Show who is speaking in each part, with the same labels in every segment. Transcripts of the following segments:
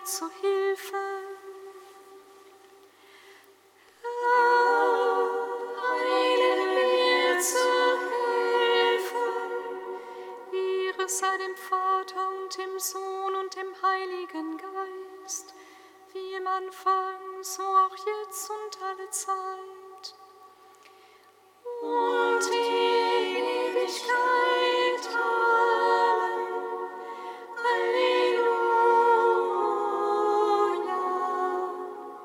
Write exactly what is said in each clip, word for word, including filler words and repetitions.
Speaker 1: mir zu Hilfe. Sei dem Vater und dem Sohn und dem Heiligen Geist, wie im Anfang, so auch jetzt und alle Zeit. Und in Ewigkeit. Amen. Halleluja.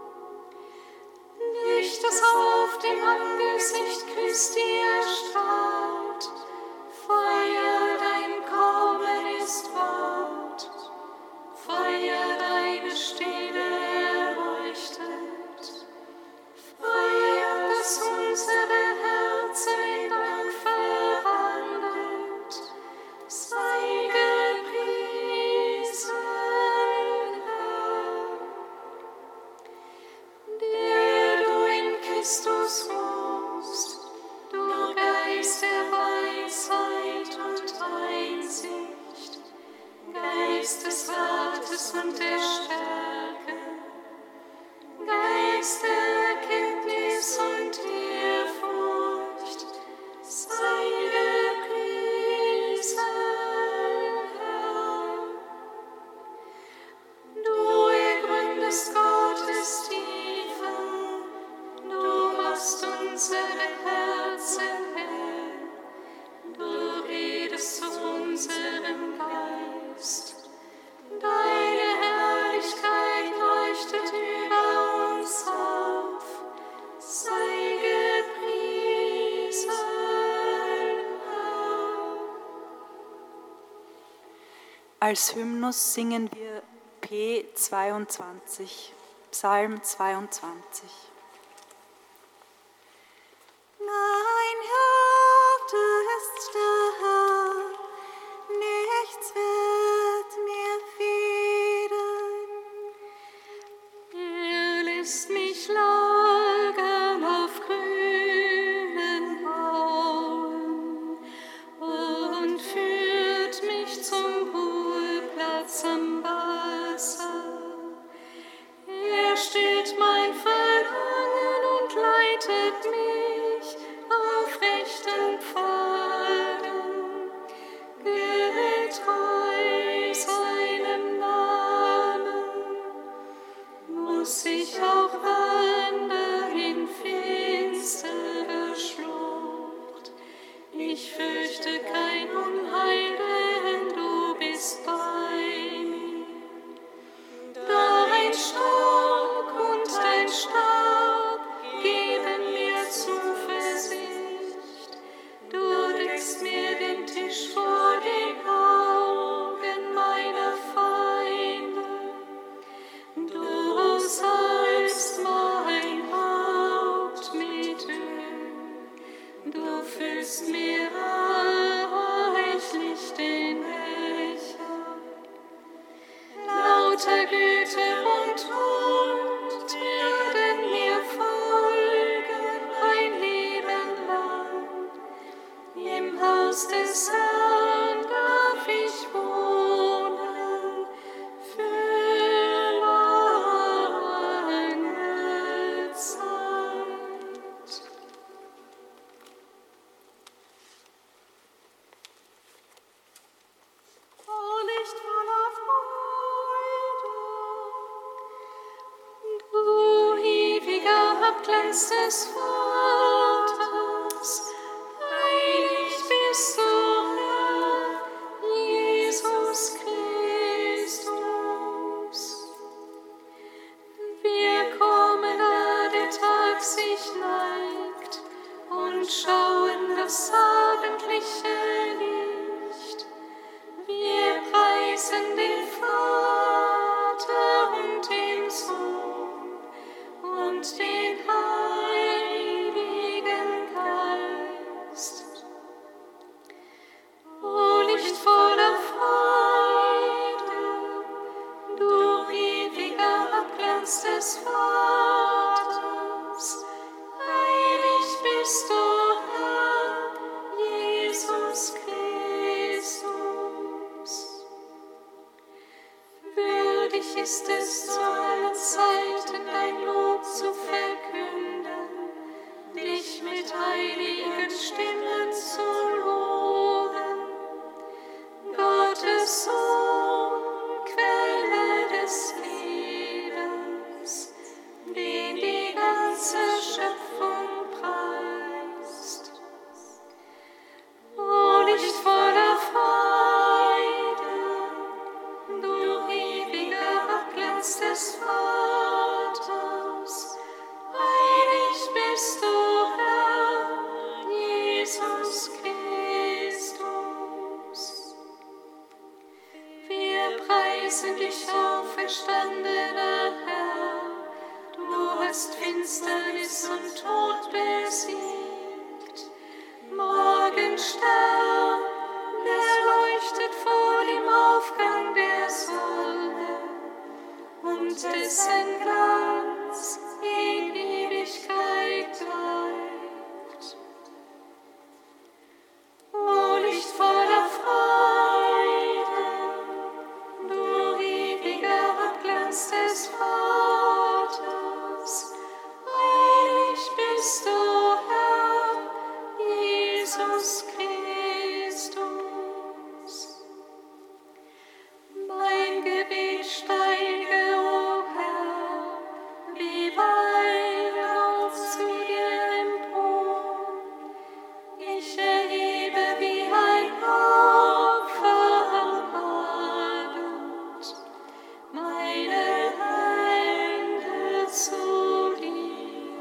Speaker 1: Licht, das auf dem Angesicht Christi erstrahlt, Feuer, dein Kommen ist Wort, Feuer, deine Stille erleuchtet, Feuer, das unsere Herzen in Dank verwandelt, sei gepriesen, Herr, der du in Christus wohnst, du Geist der Weisheit und Einsicht, Geist des Rates und der Stärke, Geist der Erkenntnis und Ehrfurcht, sei gepriesen, Herr. Du ergründest Gottes Tiefe, du machst unsere Herzen hell, du redest zu unserem Geist. Deine Herrlichkeit leuchtet über uns auf, sei gepriesen, Herr.
Speaker 2: Als Hymnus singen wir P zweiundzwanzig, Psalm zweiundzwanzig.
Speaker 1: Mein Haupt ist der Herr, nichts wird mir fehlen. Er lässt mich lagern auf grünen Auen und führt mich zum Ruheplatz am Wasser. Er stillt mein Verlangen und leitet mich auf rechten Pfaden, getreu seinem Namen. Muss ich auch wandern in finsterer Schlucht, ich fürchte kein Unheil, denn du bist bei mir. Dein Stock und dein Stab geben mir Zuversicht. Du deckst mir den Tisch vor den Augen meiner Feinde. Du salbst mein Haupt mit Öl. Du füllst mir reichlich den Becher. Lauter Güte und Huld werden mir folgen ein Leben lang. Im Haus des Herrn darf ich wohnen für lange Zeit. O Licht voller Freude, du ewiger Abglanz des Vaters, heilig bist du, Herr, Jesus Christus. Wir kommen, da der Tag sich neigt, und schauen das abendliche Licht. Wir preisen den Vater und den Sohn und den Heiligen Würdig ist es zu allen Zeiten dein Lob zu verkünden, dich mit heiligen Stimmen zu loben. Gottes Sohn, Quelle des Lebens, den die ganze Schöpfung preist. O Licht voller Freude, du ewiger Abglanz des Vaters, heilig bist du, Herr, Jesus Christus. Wir preisen dich, auferstandener Herr, du hast Finsternis und Tod besiegt. Morgenstern, der leuchtet vor dem Aufgang der Sonne und dessen Glanz in Ewigkeit bleibt. O Licht voller Freude, du ewiger Abglanz des Vaters, heilig bist du, Herr, Jesus Christus. Mein Gebet steige, o Herr, wie Wein auf zu dir empor. Ich erhebe wie ein Opfer am Abend meine Hände zu dir.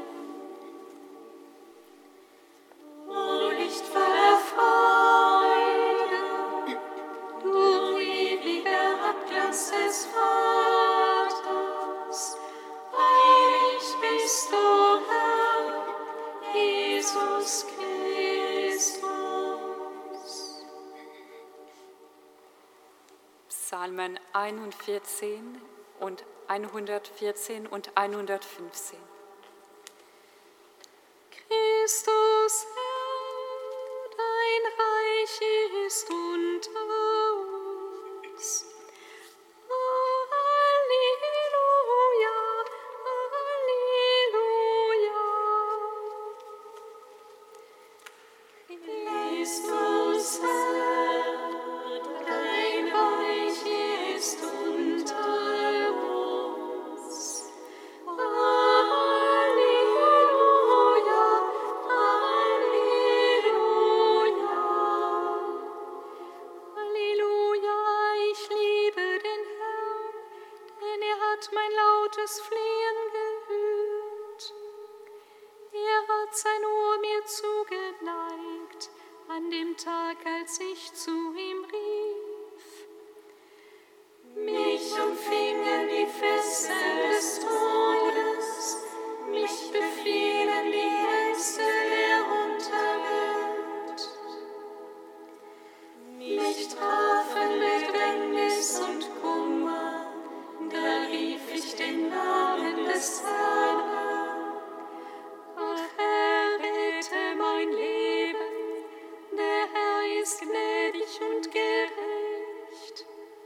Speaker 1: O Licht voller Freude, du ewiger Abglanz des Vaters, heilig bist du, Herr, Jesus Christus.
Speaker 2: Psalmen einundvierzehn und hundertvierzehn und hundertfünfzehn.
Speaker 1: Christus, Herr, dein Reich ist unter uns. Halleluja, Halleluja. Christus, Herr, dein Reich ist unter uns. Halleluja, Halleluja. Halleluja, ich liebe den Herrn, denn er hat mein lautes Flehen gehört. Er hat sein Ohr mir zugeneigt, an dem Tag, als ich zu ihm rief. Mich umfingen die Fesseln des Todes, mich befielen die Ängste der Unterwelt. Mich trafen Bedrängnis und Kummer, da rief ich den Namen des Herrn an. Ach Herr, rette mein Leben, der Herr ist gnädig und gerecht.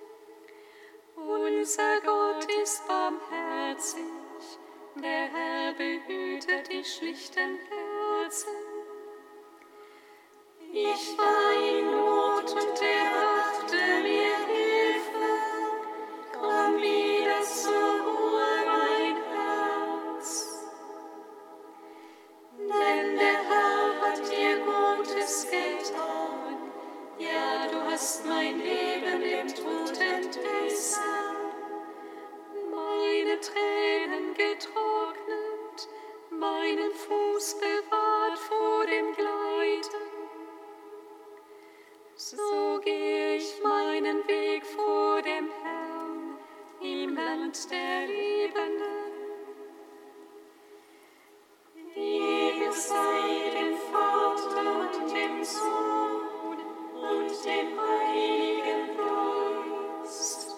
Speaker 1: Unser Gott ist barmherzig, der Herr behütet die schlichten Herzen. Ich war in Not und er brachte mir Hilfe, komm wieder zur Ruhe, mein Herz. Denn der Herr hat dir Gutes getan, ja, du hast mein Leben dem Tod entrissen, meine Tränen getrocknet, meinen Fuß bewahrt vor dem Gleiten. So gehe ich meinen Weg vor dem Herrn im Land der Lebenden. Ehre sei dem Vater und dem Sohn und dem Heiligen Geist,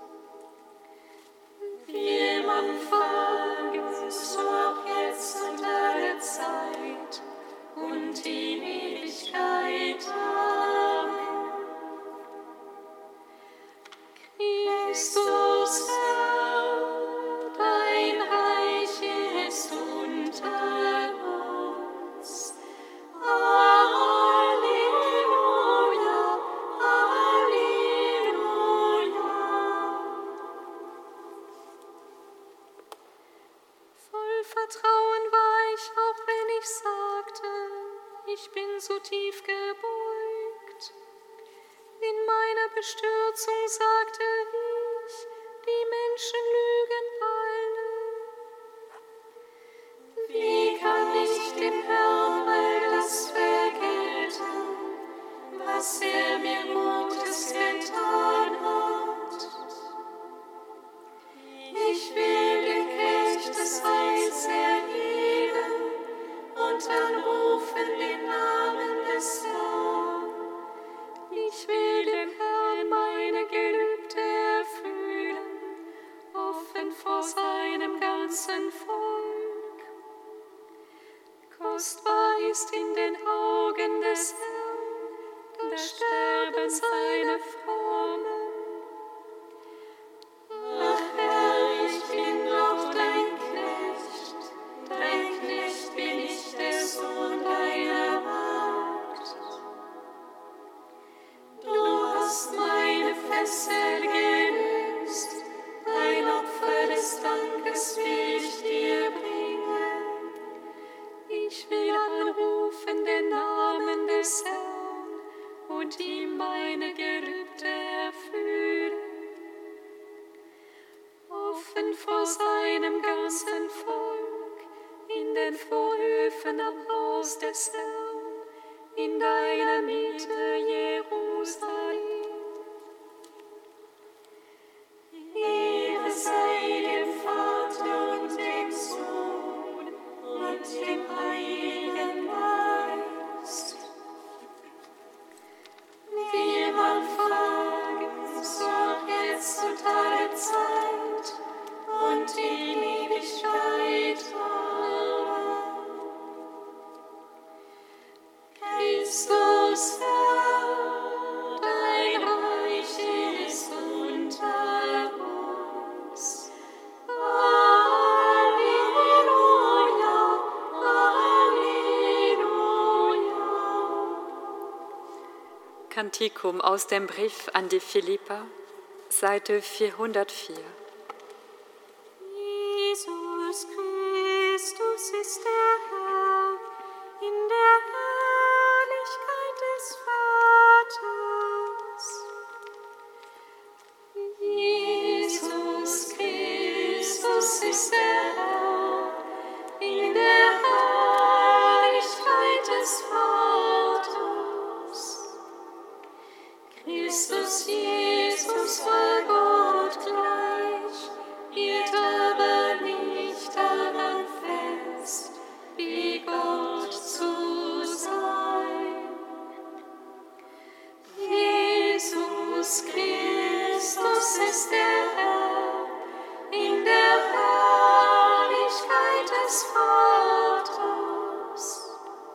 Speaker 1: wie im Anfang, so auch jetzt und alle Zeit und in Ewigkeit. Amen. Christus, Herr, zu tief gebeugt. In meiner Bestürzung sagte ich, die Menschen lügen alle. Wie kann ich dem Herrn all das vergelten, was er mir Gutes getan hat? Ich will den Kelch des Heils erheben und anrufen den Namen des Herrn. Ich will dem Herrn meine Gelübde erfüllen, offen vor seinem ganzen Volk. Kostbar ist in den Augen des Herrn das Sterben seiner Frommen. Ach Herr, ich bin doch dein Knecht, dein Knecht bin ich, der Sohn deiner Magd. Du hast meine Fessel gelöst, ein Opfer des Dankes will ich dir bringen. Ich will anrufen den Namen des Herrn und ihm meine Gelübde erfüllen. Offen vor seinem ganzen Volk, in den Vorhöfen am Haus des Herrn, in deiner Mitte, Jerusalem. Ehre sei dem Vater und dem Sohn und dem Heiligen Geist. Wie im Anfang, so auch jetzt und alle Zeit und in Ewigkeit. Amen. Christus, Herr, dein Reich ist unter uns. Halleluja, Halleluja.
Speaker 2: Kantikum aus dem Brief an die Philipper, Seite vierhundertvier.
Speaker 1: Jesus Christus ist der Herr, in der Herrlichkeit des Vaters. Jesus Christus ist der Herr, in der Herrlichkeit des Vaters. Christus Jesus war Gott gleich, hielt aber nicht daran fest, wie Gott zu sein. Jesus Christus ist der Herr, in der Herrlichkeit des Vaters.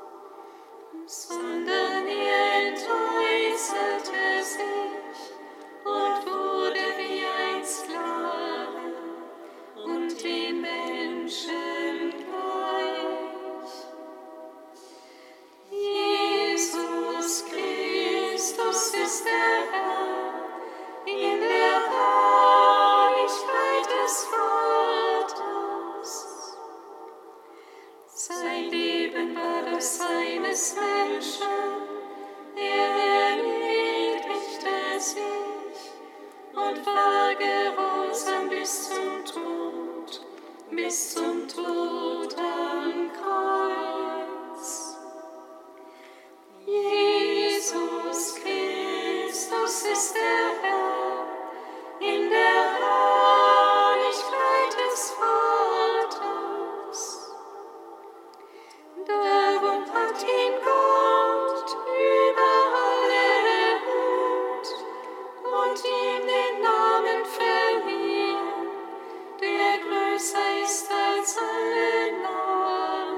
Speaker 1: Sondern er entäußerte sich und wurde wie ein Sklave und den Menschen gleich. Jesus Christus ist der Herr, in der Herrlichkeit des Vaters. Sein Leben war das seines Menschen, er erniedrigte sich und war gehorsam bis zum Tod, bis zum Tod am Kreuz. Jesus Christus ist der Herr, in der Herrlichkeit des Vaters. Darum hat ihn Gott über alle erhöht und ihm den Namen verliehen, der größer ist als alle Namen.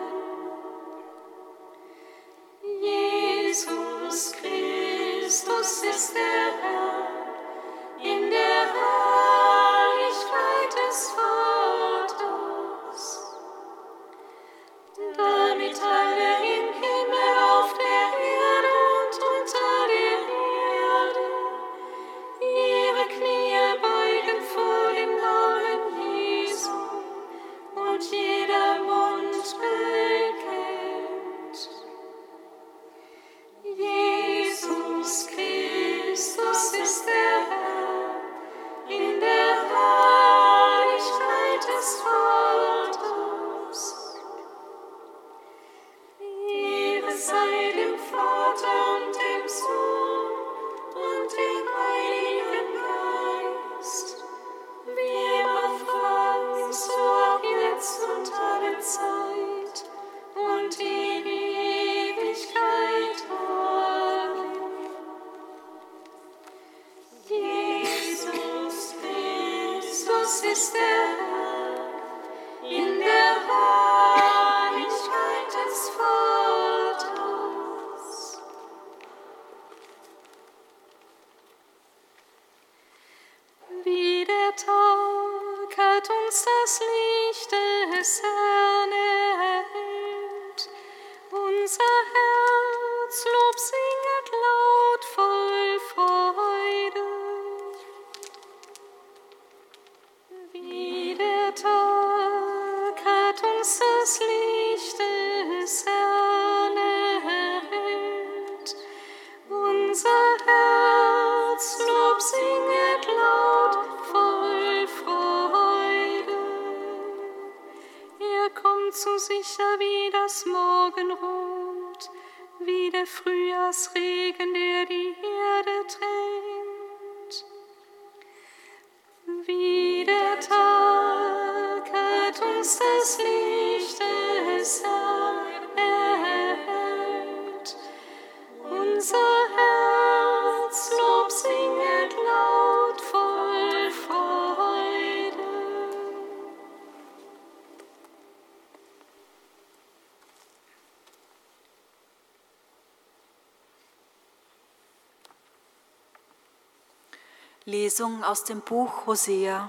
Speaker 1: Groß ist der Herr in der Herrlichkeit des Vaters. Wie der Tag hat uns das Licht des Herrn erhellt. Unser Herzlob singet laut voll Freude. Wie der Tag hat uns das Licht des Herrn erhellt. Unser Herzlob singet laut voll Freude. Er kommt so sicher wie das Morgenrot, wie der Frühjahrsregen, der die Erde tränkt. Wie der Tag hat uns das Licht des Herrn erhellt. Unser Herzlob singet laut voll Freude.
Speaker 3: Lesung aus dem Buch Hosea.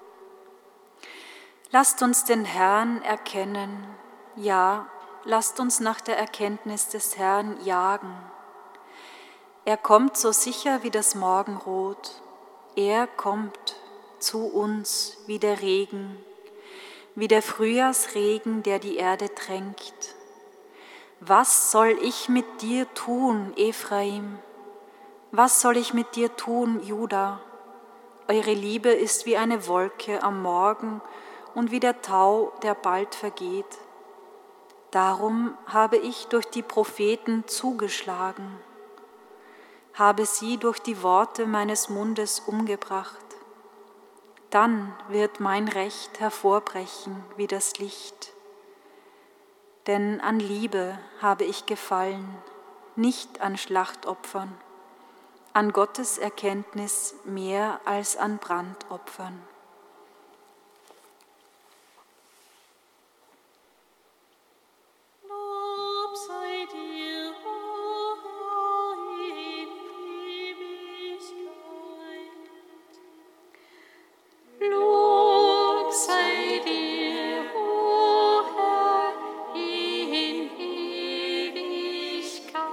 Speaker 3: Lasst uns den Herrn erkennen, ja, lasst uns nach der Erkenntnis des Herrn jagen. Er kommt so sicher wie das Morgenrot, er kommt zu uns wie der Regen, wie der Frühjahrsregen, der die Erde tränkt. Was soll ich mit dir tun, Ephraim? Was soll ich mit dir tun, Juda? Eure Liebe ist wie eine Wolke am Morgen und wie der Tau, der bald vergeht. Darum habe ich durch die Propheten zugeschlagen, habe sie durch die Worte meines Mundes umgebracht. Dann wird mein Recht hervorbrechen wie das Licht. Denn an Liebe habe ich gefallen, nicht an Schlachtopfern, an Gottes Erkenntnis mehr als an Brandopfern.
Speaker 1: Lob sei dir, o in Ewigkeit. Lob sei dir, o Herr, in Ewigkeit.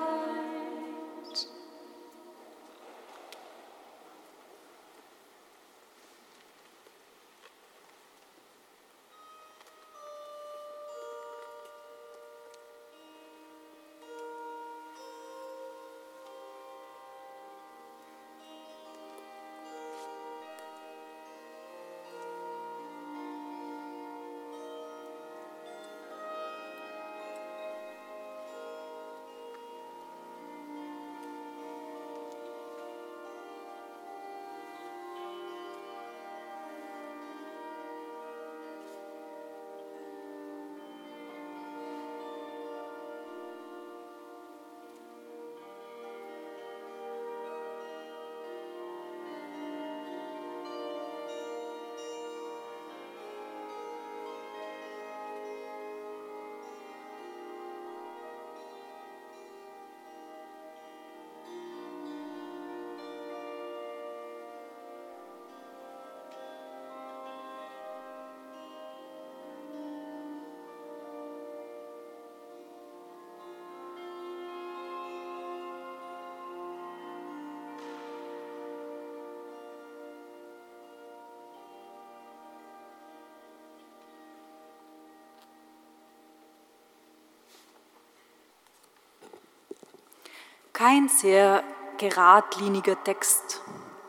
Speaker 3: Kein sehr geradliniger Text.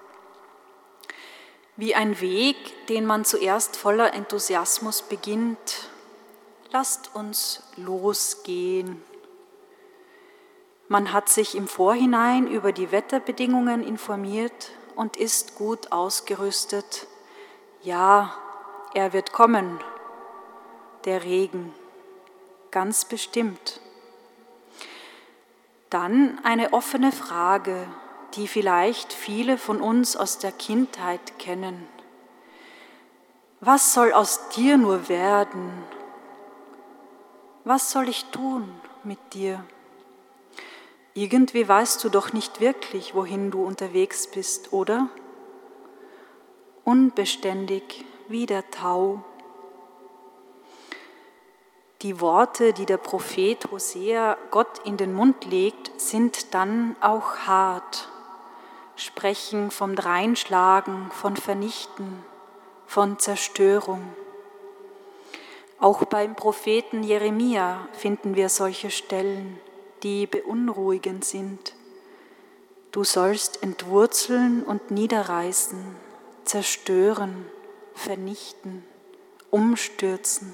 Speaker 3: Wie ein Weg, den man zuerst voller Enthusiasmus beginnt. Lasst uns losgehen. Man hat sich im Vorhinein über die Wetterbedingungen informiert und ist gut ausgerüstet. Ja, er wird kommen, der Regen, ganz bestimmt. Dann eine offene Frage, die vielleicht viele von uns aus der Kindheit kennen. Was soll aus dir nur werden? Was soll ich tun mit dir? Irgendwie weißt du doch nicht wirklich, wohin du unterwegs bist, oder? Unbeständig wie der Tau. Die Worte, die der Prophet Hosea Gott in den Mund legt, sind dann auch hart, sprechen vom Dreinschlagen, von Vernichten, von Zerstörung. Auch beim Propheten Jeremia finden wir solche Stellen, die beunruhigend sind. Du sollst entwurzeln und niederreißen, zerstören, vernichten, umstürzen.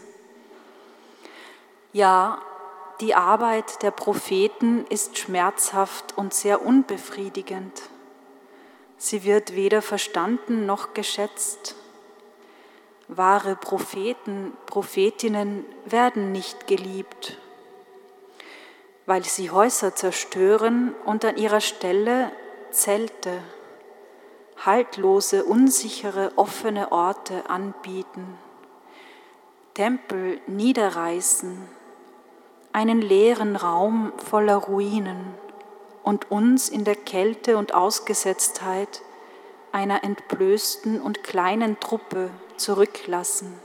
Speaker 3: Ja, die Arbeit der Propheten ist schmerzhaft und sehr unbefriedigend. Sie wird weder verstanden noch geschätzt. Wahre Propheten, Prophetinnen werden nicht geliebt, weil sie Häuser zerstören und an ihrer Stelle Zelte, haltlose, unsichere, offene Orte anbieten, Tempel niederreißen, einen leeren Raum voller Ruinen und uns in der Kälte und Ausgesetztheit einer entblößten und kleinen Truppe zurücklassen.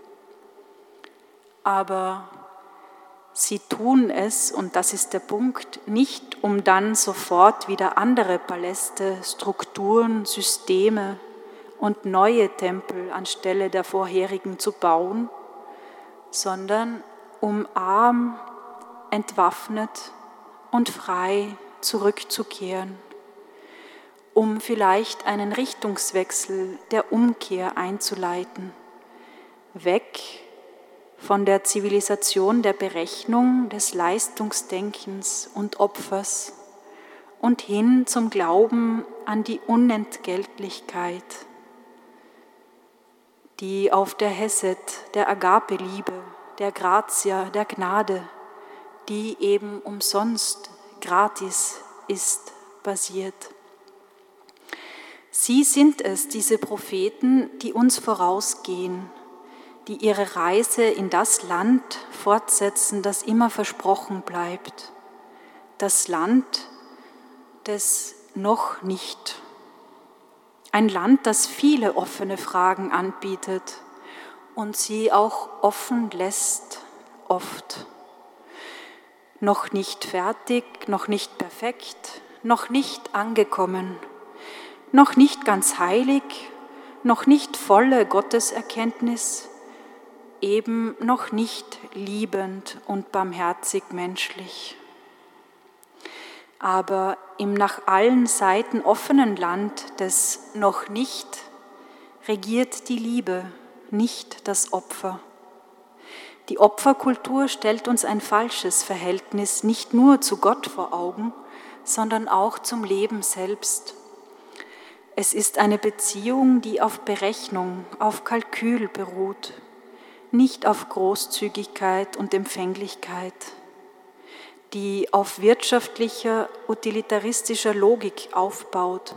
Speaker 3: Aber sie tun es, und das ist der Punkt, nicht um dann sofort wieder andere Paläste, Strukturen, Systeme und neue Tempel anstelle der vorherigen zu bauen, sondern um arm, entwaffnet und frei zurückzukehren, um vielleicht einen Richtungswechsel der Umkehr einzuleiten, weg von der Zivilisation der Berechnung, des Leistungsdenkens und Opfers und hin zum Glauben an die Unentgeltlichkeit, die auf der Hesed, der Agape-Liebe, der Gratia, der Gnade, die eben umsonst, gratis ist, basiert. Sie sind es, diese Propheten, die uns vorausgehen, die ihre Reise in das Land fortsetzen, das immer versprochen bleibt, das Land des noch nicht. Ein Land, das viele offene Fragen anbietet und sie auch offen lässt, oft. Noch nicht fertig, noch nicht perfekt, noch nicht angekommen, noch nicht ganz heilig, noch nicht volle Gotteserkenntnis, eben noch nicht liebend und barmherzig menschlich. Aber im nach allen Seiten offenen Land des noch nicht regiert die Liebe, nicht das Opfer. Die Opferkultur stellt uns ein falsches Verhältnis nicht nur zu Gott vor Augen, sondern auch zum Leben selbst. Es ist eine Beziehung, die auf Berechnung, auf Kalkül beruht, nicht auf Großzügigkeit und Empfänglichkeit, die auf wirtschaftlicher, utilitaristischer Logik aufbaut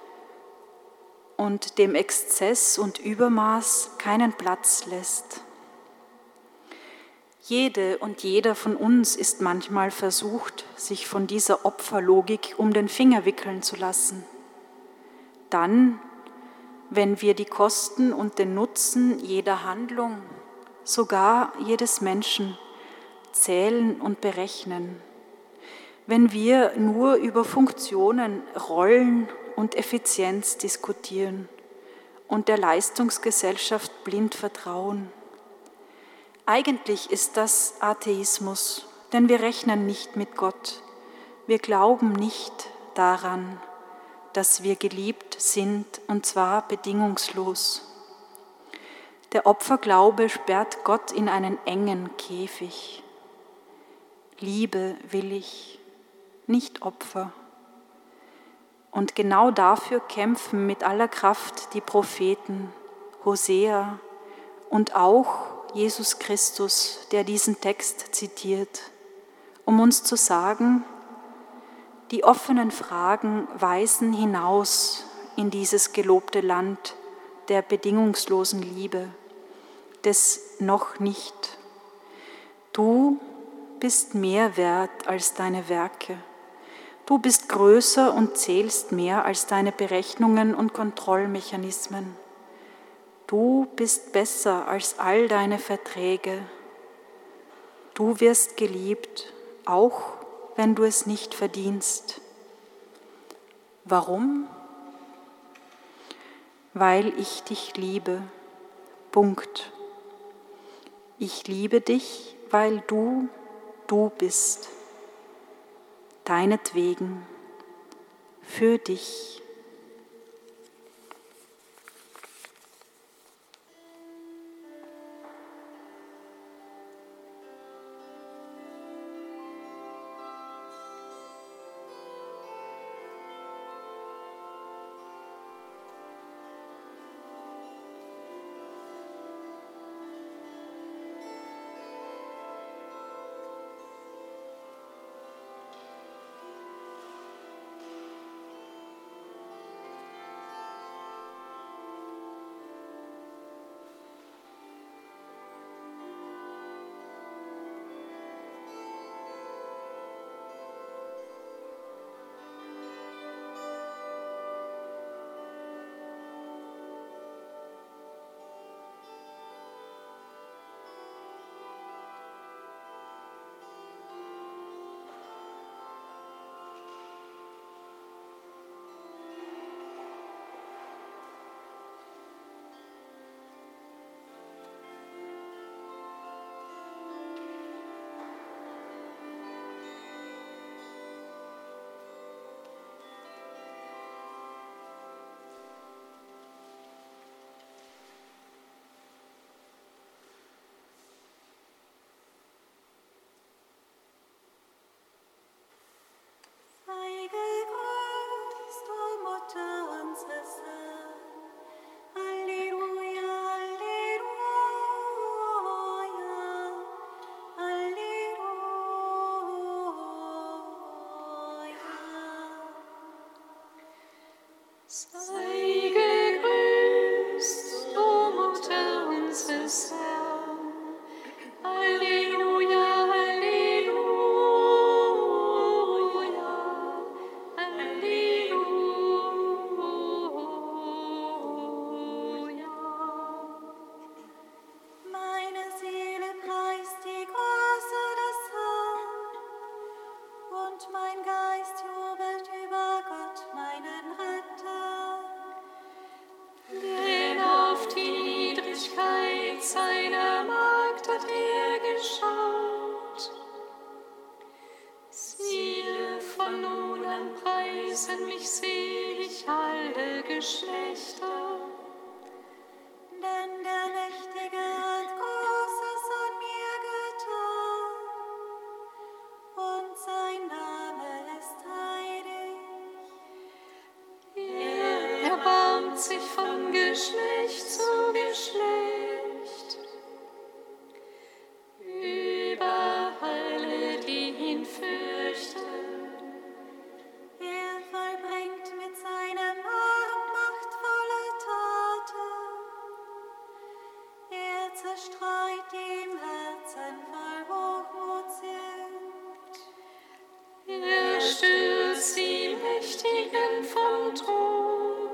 Speaker 3: und dem Exzess und Übermaß keinen Platz lässt. Jede und jeder von uns ist manchmal versucht, sich von dieser Opferlogik um den Finger wickeln zu lassen. Dann, wenn wir die Kosten und den Nutzen jeder Handlung, sogar jedes Menschen, zählen und berechnen, wenn wir nur über Funktionen, Rollen und Effizienz diskutieren und der Leistungsgesellschaft blind vertrauen. Eigentlich ist das Atheismus, denn wir rechnen nicht mit Gott. Wir glauben nicht daran, dass wir geliebt sind, und zwar bedingungslos. Der Opferglaube sperrt Gott in einen engen Käfig. Liebe will ich, nicht Opfer. Und genau dafür kämpfen mit aller Kraft die Propheten, Hosea und auch Jesus Christus, der diesen Text zitiert, um uns zu sagen, die offenen Fragen weisen hinaus in dieses gelobte Land der bedingungslosen Liebe, des noch nicht. Du bist mehr wert als deine Werke. Du bist größer und zählst mehr als deine Berechnungen und Kontrollmechanismen. Du bist besser als all deine Verträge. Du wirst geliebt, auch wenn du es nicht verdienst. Warum? Weil ich dich liebe. Punkt. Ich liebe dich, weil du du bist. Deinetwegen, für dich.
Speaker 1: Sei gegrüßt, o Mutter unseres Herrn. Halleluja, Halleluja, Halleluja.
Speaker 4: Meine Seele preist die Größe des Herrn, und mein Geist jubelt über Gott, meinen Retter.
Speaker 1: Denn auf die Niedrigkeit seiner Magd hat er geschaut. Siehe, von nun an preisen mich selig alle Geschlechter.
Speaker 4: Denn der Mächtige hat Großes an mir getan, und sein Name ist heilig.
Speaker 1: Er erbarmt sich von Geschlecht zu Geschlecht über alle, die ihn fürchten.
Speaker 4: Er vollbringt mit seinem Arm machtvolle Taten. Er zerstreut die im Herzen voll Hochmut sind.
Speaker 1: Er stürzt die Mächtigen vom Thron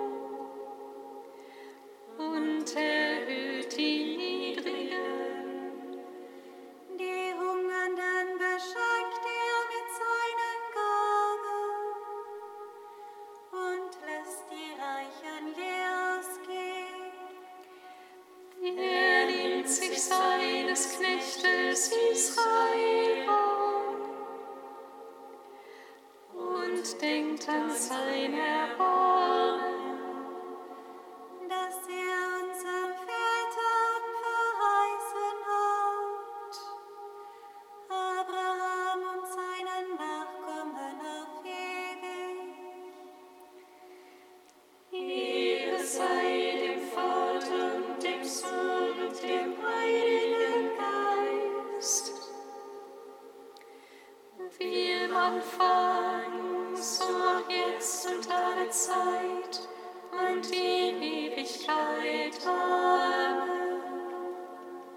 Speaker 1: und erhöht die Niedrigen.
Speaker 4: Die Hungernden beschenkt er mit seinen Gaben und lässt die Reichen leer ausgehen.
Speaker 1: Er nimmt sich seines Knechtes Israel an und denkt an sein Erbarmen,
Speaker 4: Das er unseren Vätern verheißen hat, Abraham und seinen Nachkommen auf ewig.
Speaker 1: Ehre sei dem Vater und dem Sohn und dem Heiligen Geist, wie im Anfang, so auch jetzt und alle Zeit und in Ewigkeit. Amen.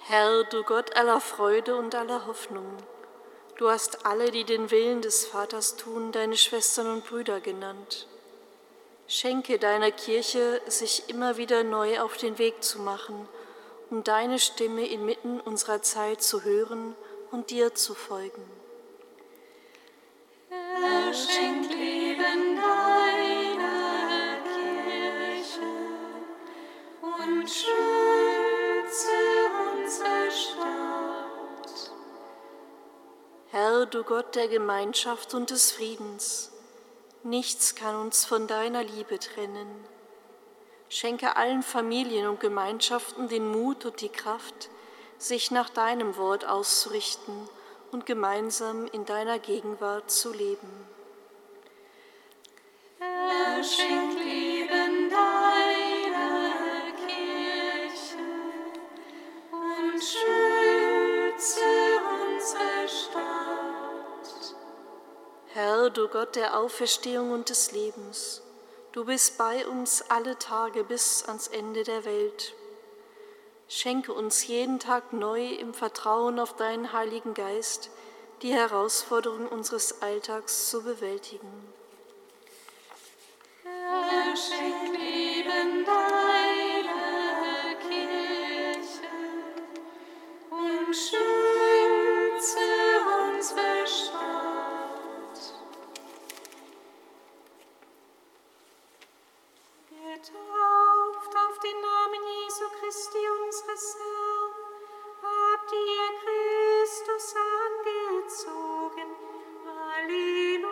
Speaker 5: Herr, du Gott aller Freude und aller Hoffnung, du hast alle, die den Willen des Vaters tun, deine Schwestern und Brüder genannt. Schenke deiner Kirche, sich immer wieder neu auf den Weg zu machen, um deine Stimme inmitten unserer Zeit zu hören und dir zu folgen.
Speaker 1: Herr, schenk Leben deiner Kirche und schütze unsere Stadt.
Speaker 5: Herr, du Gott der Gemeinschaft und des Friedens, nichts kann uns von deiner Liebe trennen. Schenke allen Familien und Gemeinschaften den Mut und die Kraft, sich nach deinem Wort auszurichten und gemeinsam in deiner Gegenwart zu leben.
Speaker 1: Herr, schenk Leben deiner Kirche und schütze unsere Stadt.
Speaker 5: Herr, du Gott der Auferstehung und des Lebens, du bist bei uns alle Tage bis ans Ende der Welt. Schenke uns jeden Tag neu im Vertrauen auf deinen Heiligen Geist die Herausforderungen unseres Alltags zu bewältigen.
Speaker 1: Herr, schenk Leben deiner Kirche und schütze unsere Stadt. Getauft auf den Namen Jesu Christi, unseres Herrn, habt ihr Christus angezogen. Halleluja.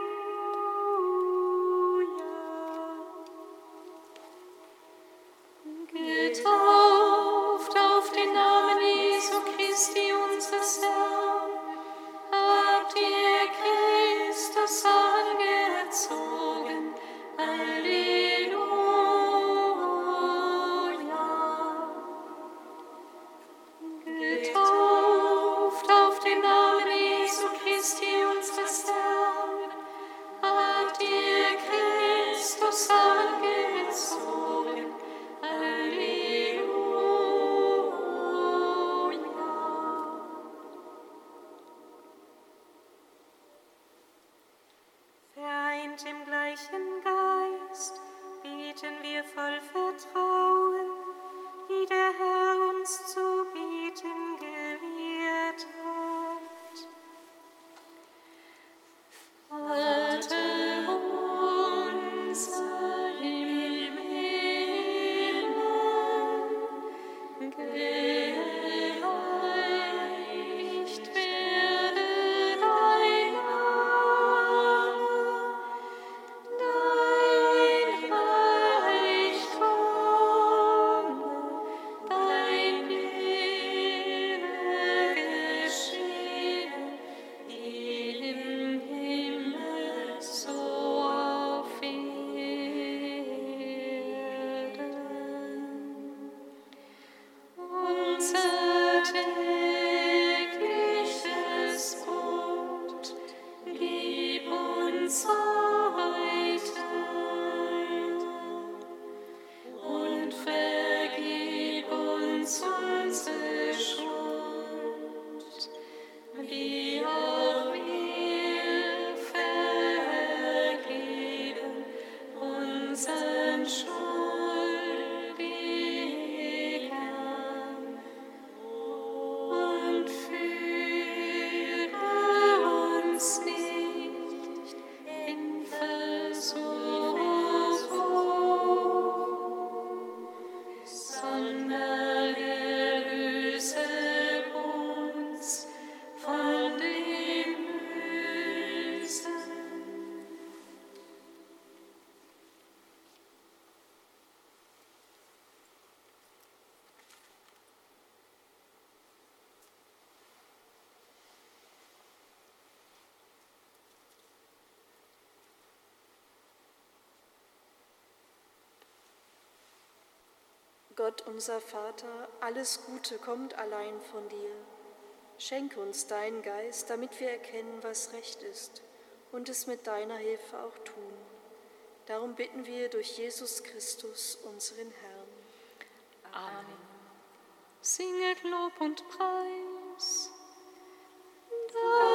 Speaker 1: Getauft auf den Namen Jesu Christi, unseres Herrn, habt ihr Christus angezogen. Halleluja. Getauft auf den Namen Jesu Christi, unseres Herrn, habt ihr Christus angezogen. Halleluja. Vereint im gleichen Geist beten wir voll Vertrauen, wie der Herr uns zu beten gelehrt hat. Vater unser im Himmel, geheiligt werde dein Name, dein Reich komme, dein Wille geschehe, wie im Himmel so auf Erden. Unser tägliches Brot gib uns heute und vergib uns unsere Schuld, wie auch wir vergeben unseren Schuldigern. Und führe uns nicht in Versuchung, sondern erlöse uns von dem Bösen.
Speaker 5: Gott, unser Vater, alles Gute kommt allein von dir. Schenke uns deinen Geist, damit wir erkennen, was recht ist und es mit deiner Hilfe auch tun. Darum bitten wir durch Jesus Christus, unseren Herrn.
Speaker 2: Amen.
Speaker 1: Singet Lob und Preis. Da